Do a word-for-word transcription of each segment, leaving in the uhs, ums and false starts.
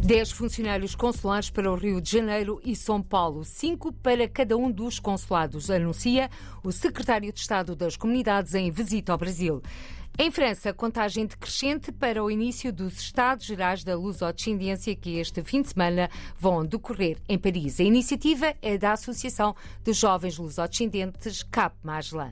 dez funcionários consulares para o Rio de Janeiro e São Paulo, cinco para cada um dos consulados, anuncia o secretário de Estado das Comunidades em visita ao Brasil. Em França, contagem decrescente para o início dos Estados Gerais da Lusodescendência que este fim de semana vão decorrer em Paris. A iniciativa é da Associação de Jovens Lusodescendentes Cap Magellan.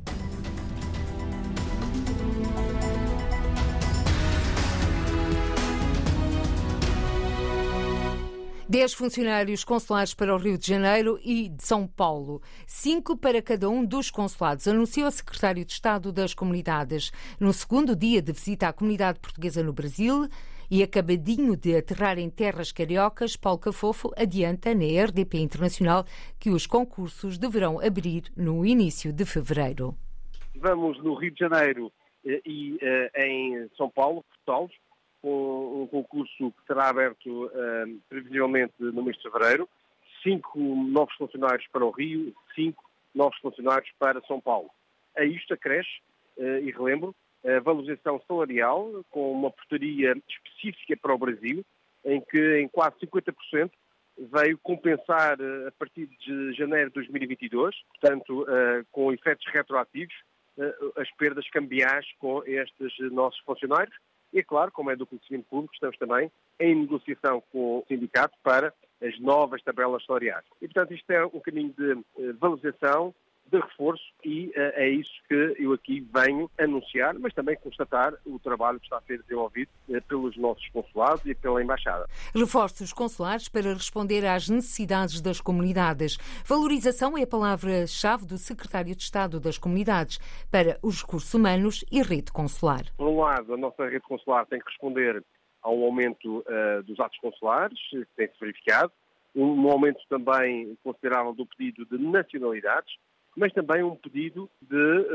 Dez funcionários consulares para o Rio de Janeiro e de São Paulo, cinco para cada um dos consulados, anunciou o secretário de Estado das Comunidades. No segundo dia de visita à comunidade portuguesa no Brasil e acabadinho de aterrar em terras cariocas, Paulo Cafofo adianta na R D P Internacional que os concursos deverão abrir no início de fevereiro. Vamos no Rio de Janeiro e uh, em São Paulo, Portugal, com um concurso que será aberto uh, previsivelmente no mês de fevereiro. Cinco novos funcionários para o Rio, cinco novos funcionários para São Paulo. A isto acresce, uh, e relembro, a valorização salarial com uma portaria específica para o Brasil, em que em quase cinquenta por cento veio compensar uh, a partir de janeiro de dois mil e vinte e dois, portanto, uh, com efeitos retroativos, uh, as perdas cambiais com estes nossos funcionários. E, claro, como é do conhecimento público, estamos também em negociação com o sindicato para as novas tabelas salariais. E, portanto, isto é um caminho de uh, valorização, de reforço e uh, é isso que eu aqui venho anunciar, mas também constatar o trabalho que está a ser desenvolvido uh, pelos nossos consulados e pela Embaixada. Reforços consulares para responder às necessidades das comunidades. Valorização é a palavra-chave do secretário de Estado das Comunidades para os recursos humanos e rede consular. Por um lado, a nossa rede consular tem que responder ao aumento uh, dos atos consulares, que tem-se verificado, um aumento também considerável do pedido de nacionalidades, mas também um pedido de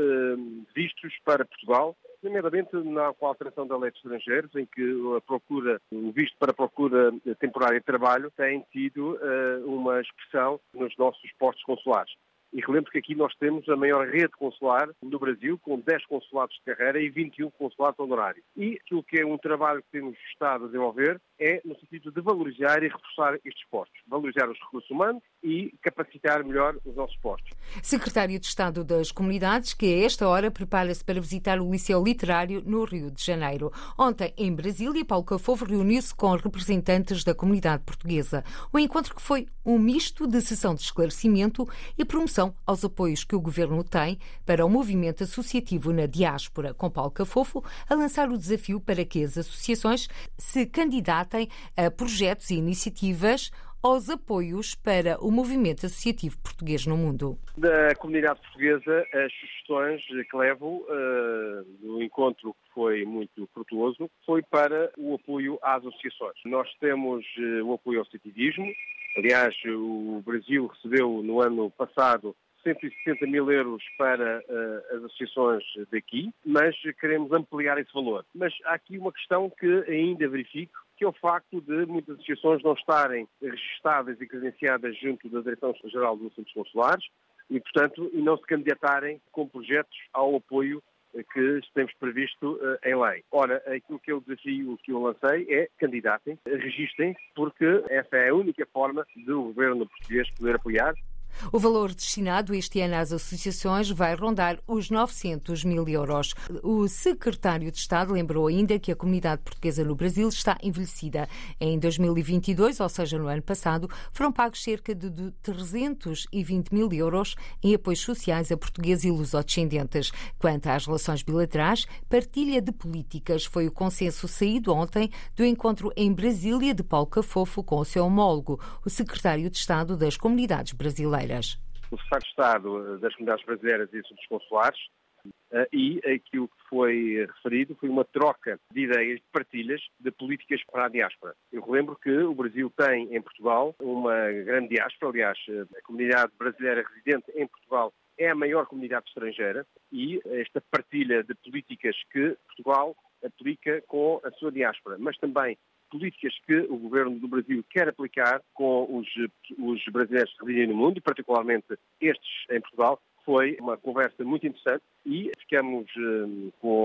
uh, vistos para Portugal, nomeadamente na com a alteração da lei de estrangeiros, em que a procura, o visto para procura temporária de trabalho tem tido uh, uma expressão nos nossos postos consulares. E relembro que aqui nós temos a maior rede consular do Brasil, com dez consulados de carreira e vinte e um consulados honorários. E aquilo que é um trabalho que temos estado a desenvolver é no sentido de valorizar e reforçar estes postos. Valorizar os recursos humanos e capacitar melhor os nossos postos. Secretário de Estado das Comunidades, que a esta hora prepara-se para visitar o Liceu Literário no Rio de Janeiro. Ontem, em Brasília, Paulo Cafofo reuniu-se com representantes da comunidade portuguesa. O encontro que foi um misto de sessão de esclarecimento e promoção aos apoios que o Governo tem para o movimento associativo na diáspora, com Paulo Cafofo a lançar o desafio para que as associações se candidatem a projetos e iniciativas aos apoios para o movimento associativo português no mundo. Da comunidade portuguesa, as sugestões que levo uh, do encontro, que foi muito frutuoso, foi para o apoio às associações. Nós temos uh, o apoio ao associativismo. Aliás, o Brasil recebeu no ano passado cento e sessenta mil euros para uh, as associações daqui, mas queremos ampliar esse valor. Mas há aqui uma questão que ainda verifico, que é o facto de muitas associações não estarem registadas e credenciadas junto da Direção-Geral dos Assuntos Consulares e, portanto, e não se candidatarem com projetos ao apoio que temos previsto uh, em lei. Ora, aquilo que é o desafio que eu lancei é candidatem, registrem-se, porque essa é a única forma do governo português poder apoiar. O valor destinado este ano às associações vai rondar os novecentos mil euros. O secretário de Estado lembrou ainda que a comunidade portuguesa no Brasil está envelhecida. Em dois mil e vinte e dois, ou seja, no ano passado, foram pagos cerca de trezentos e vinte mil euros em apoios sociais a portugueses e lusodescendentes. Quanto às relações bilaterais, partilha de políticas foi o consenso saído ontem do encontro em Brasília de Paulo Cafofo com o seu homólogo, o secretário de Estado das Comunidades Brasileiras. O secretário de Estado das Comunidades Brasileiras e Assuntos Consulares e aquilo que foi referido foi uma troca de ideias, de partilhas de políticas para a diáspora. Eu relembro que o Brasil tem em Portugal uma grande diáspora, aliás, a comunidade brasileira residente em Portugal é a maior comunidade estrangeira e esta partilha de políticas que Portugal aplica com a sua diáspora, mas também políticas que o Governo do Brasil quer aplicar com os, os brasileiros que residem no mundo, e particularmente estes em Portugal, foi uma conversa muito interessante e ficamos um, com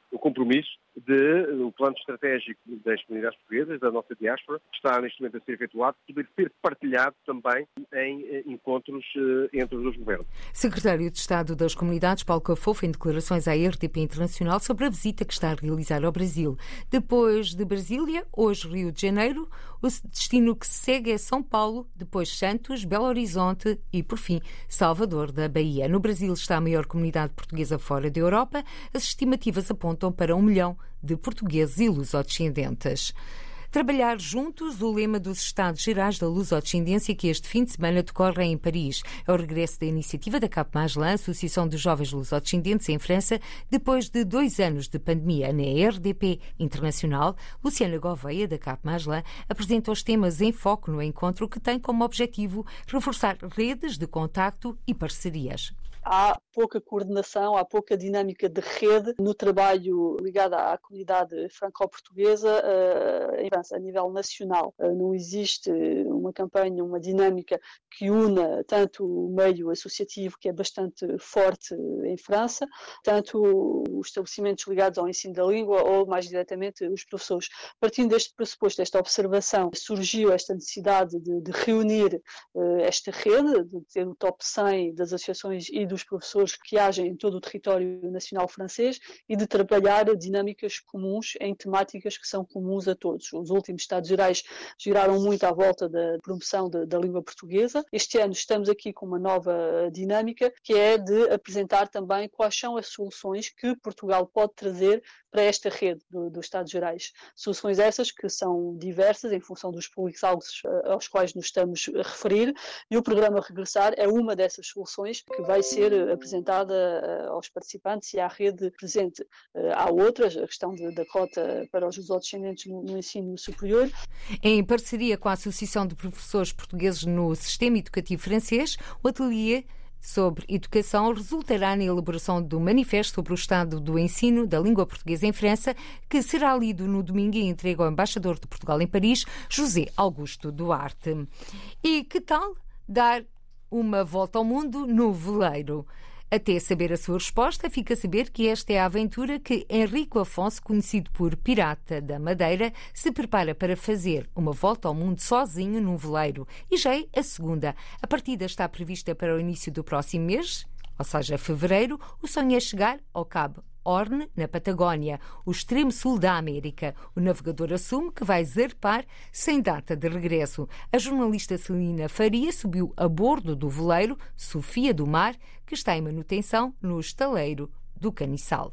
o compromisso de o plano estratégico das comunidades portuguesas, da nossa diáspora, que está neste momento a ser efetuado, poder ser partilhado também em encontros entre os dois governos. Secretário de Estado das Comunidades, Paulo Cafofo, em declarações à R T P Internacional sobre a visita que está a realizar ao Brasil. Depois de Brasília, hoje Rio de Janeiro, o destino que se segue é São Paulo, depois Santos, Belo Horizonte e, por fim, Salvador da Bahia. No Brasil está a maior comunidade portuguesa fora da Europa. As estimativas apontam para um milhão de portugueses e lusodescendentes. Trabalhar juntos, o lema dos Estados Gerais da Lusodescendência, que este fim de semana decorre em Paris. É o regresso da iniciativa da Cap Magellan, Associação dos Jovens Lusodescendentes em França, depois de dois anos de pandemia. Na R D P Internacional, Luciana Gouveia, da Cap Magellan, apresenta os temas em foco no encontro, que tem como objetivo reforçar redes de contacto e parcerias. Há pouca coordenação, há pouca dinâmica de rede no trabalho ligado à comunidade franco-portuguesa em França, a nível nacional. Não existe uma campanha, uma dinâmica que una tanto o meio associativo, que é bastante forte em França, tanto os estabelecimentos ligados ao ensino da língua ou, mais diretamente, os professores. Partindo deste pressuposto, desta observação, surgiu esta necessidade de, de reunir esta rede, de ter o top cem das associações e dos professores que agem em todo o território nacional francês e de trabalhar dinâmicas comuns em temáticas que são comuns a todos. Os últimos Estados Gerais giraram muito à volta da promoção de, da língua portuguesa. Este ano estamos aqui com uma nova dinâmica, que é de apresentar também quais são as soluções que Portugal pode trazer para esta rede do, dos Estados Gerais. Soluções essas que são diversas em função dos públicos-alvos aos quais nos estamos a referir, e o programa Regressar é uma dessas soluções que vai ser apresentada aos participantes e à rede presente. Há outras, a questão de, da cota para os lusodescendentes no, no ensino superior. Em parceria com a Associação de Professores Portugueses no Sistema Educativo Francês, o ateliê sobre educação resultará na elaboração do manifesto sobre o estado do ensino da língua portuguesa em França, que será lido no domingo e entregue ao embaixador de Portugal em Paris, José Augusto Duarte. E que tal dar uma volta ao mundo no veleiro? Até saber a sua resposta, fica a saber que esta é a aventura que Henrico Afonso, conhecido por Pirata da Madeira, se prepara para fazer uma volta ao mundo sozinho num veleiro. E já é a segunda. A partida está prevista para o início do próximo mês, ou seja, fevereiro. O sonho é chegar ao Cabo Horn, na Patagónia, o extremo sul da América. O navegador assume que vai zarpar sem data de regresso. A jornalista Celina Faria subiu a bordo do veleiro Sofia do Mar, que está em manutenção no estaleiro do Caniçal.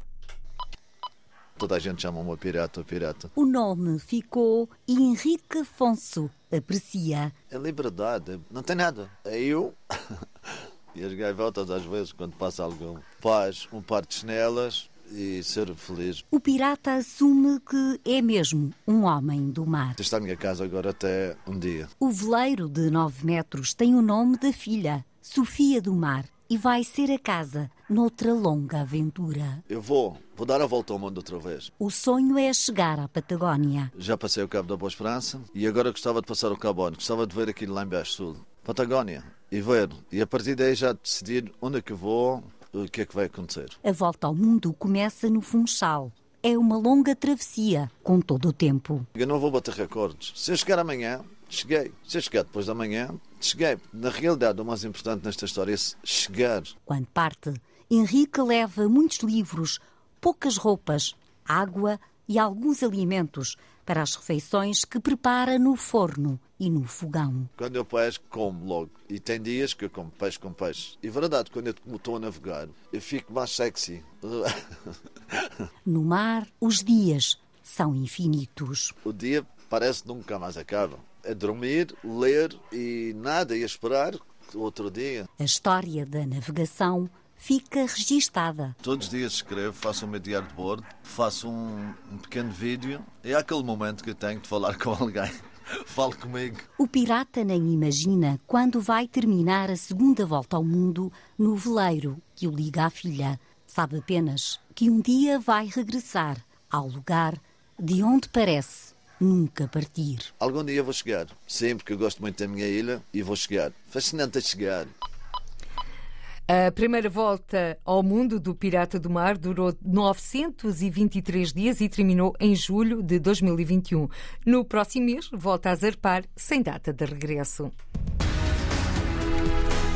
Toda a gente chama-me pirata, pirata. O nome ficou e Henrique Afonso aprecia. É liberdade, não tem nada. É eu e as gaivotas, às vezes, quando passa algum paz, um par de chinelas e ser feliz. O pirata assume que é mesmo um homem do mar. Está a minha casa agora até um dia. O veleiro de nove metros tem o nome da filha, Sofia do Mar, e vai ser a casa noutra longa aventura. Eu vou, vou dar a volta ao mundo outra vez. O sonho é chegar à Patagónia. Já passei o Cabo da Boa Esperança e agora gostava de passar o Cabo Horn. Gostava de ver aquilo lá em baixo sul. Patagónia. E ver. E a partir daí já decidir onde é que vou, o que é que vai acontecer. A volta ao mundo começa no Funchal. É uma longa travessia, com todo o tempo. Eu não vou bater recordes. Se eu chegar amanhã, cheguei. Se eu chegar depois da manhã, cheguei. Na realidade, o mais importante nesta história é chegar. Quando parte, Henrique leva muitos livros, poucas roupas, água e alguns alimentos para as refeições que prepara no forno e no fogão. Quando eu pesco, como logo. E tem dias que eu como peixe com peixe. E verdade, quando eu estou a navegar, eu fico mais sexy. No mar, os dias são infinitos. O dia parece que nunca mais acaba. É dormir, ler e nada, e esperar outro dia. A história da navegação fica registada. Todos os dias escrevo, faço o meu diário de bordo, faço um, um pequeno vídeo. É aquele momento que eu tenho de falar com alguém. Fale comigo. O pirata nem imagina quando vai terminar a segunda volta ao mundo no veleiro que o liga à filha. Sabe apenas que um dia vai regressar ao lugar de onde parece nunca partir. Algum dia vou chegar. Sempre que eu gosto muito da minha ilha e vou chegar. Fascinante a chegar. A primeira volta ao mundo do Pirata do Mar durou novecentos e vinte e três dias e terminou em julho de dois mil e vinte e um. No próximo mês, volta a zarpar sem data de regresso.